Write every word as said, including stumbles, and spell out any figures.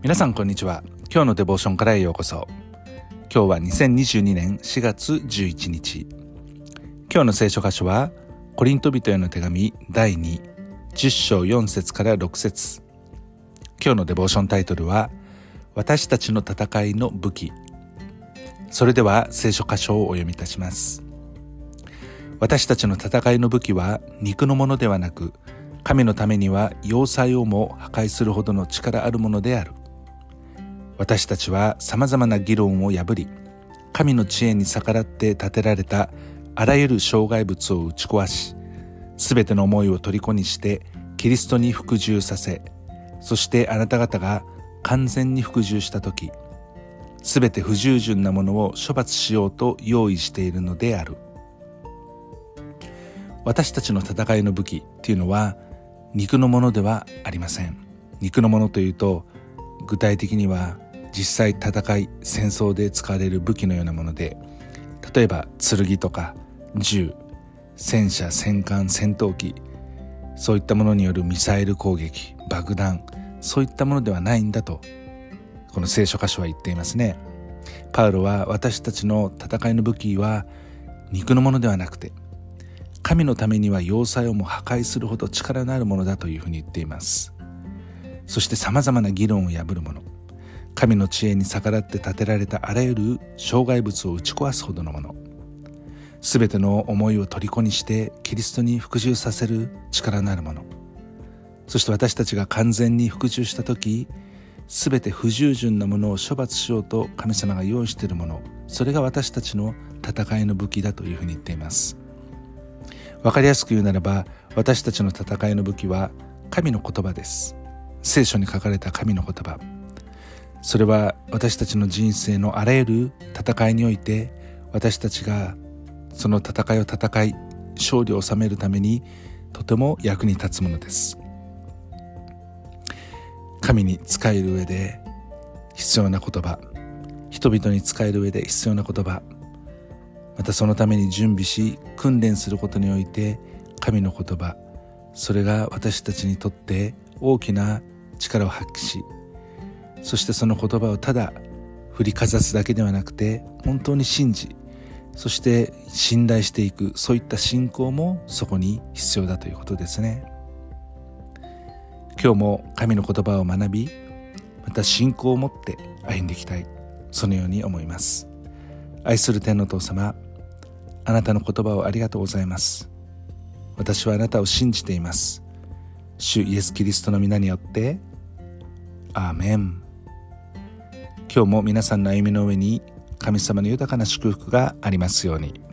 皆さんこんにちは。今日のデボーションからへようこそ。今日はにせんにじゅうにねんしがつじゅういちにち。今日の聖書箇所はコリント人への手紙だいにじゅっしょうよんせつからろくせつ。今日のデボーションタイトルは私たちの戦いの武器。それでは聖書箇所をお読みいたします。私たちの戦いの武器は肉のものではなく、神のためには要塞をも破壊するほどの力あるものである。私たちはさまざまな議論を破り、神の知恵に逆らって建てられたあらゆる障害物を打ち壊し、すべての思いを虜にしてキリストに服従させ、そしてあなた方が完全に服従したとき、すべて不従順なものを処罰しようと用意しているのである。私たちの戦いの武器っていうのは肉のものではありません。肉のものというと、具体的には実際戦い戦争で使われる武器のようなもので、例えば剣とか銃、戦車、戦艦、戦闘機、そういったものによるミサイル攻撃、爆弾、そういったものではないんだとこの聖書箇所は言っていますね。パウロは私たちの戦いの武器は肉のものではなくて、神のためには要塞をも破壊するほど力のあるものだというふうに言っています。そしてさまざまな議論を破るもの、神の知恵に逆らって建てられたあらゆる障害物を打ち壊すほどのもの、すべての思いを虜にしてキリストに服従させる力のあるもの、そして私たちが完全に服従したとき、すべて不従順なものを処罰しようと神様が用意しているもの、それが私たちの戦いの武器だというふうに言っています。わかりやすく言うならば、私たちの戦いの武器は神の言葉です。聖書に書かれた神の言葉、それは私たちの人生のあらゆる戦いにおいて、私たちがその戦いを戦い勝利を収めるためにとても役に立つものです。神に仕える上で必要な言葉、人々に仕える上で必要な言葉、またそのために準備し訓練することにおいて神の言葉、それが私たちにとって大きな力を発揮し、そしてその言葉をただ振りかざすだけではなくて、本当に信じ、そして信頼していく、そういった信仰もそこに必要だということですね。今日も神の言葉を学び、また信仰を持って歩んでいきたい、そのように思います。愛する天のお父様、あなたの言葉をありがとうございます。私はあなたを信じています。主イエスキリストの皆によってアーメン。今日も皆さんの歩みの上に神様の豊かな祝福がありますように。